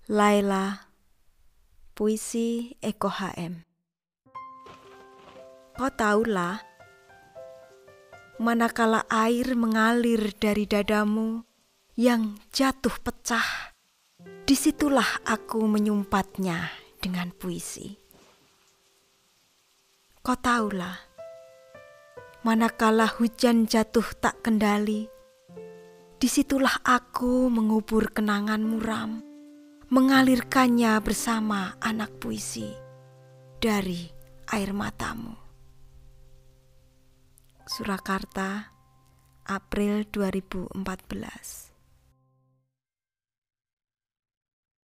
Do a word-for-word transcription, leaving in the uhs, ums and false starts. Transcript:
Laila, puisi Eko H M. Kau tahulah, manakala air mengalir dari dadamu yang jatuh pecah, disitulah aku menyumpatnya dengan puisi. Kau tahulah, manakala hujan jatuh tak kendali, disitulah aku mengubur kenangan muram, mengalirkannya bersama anak puisi dari air matamu. Surakarta, April dua ribu empat belas.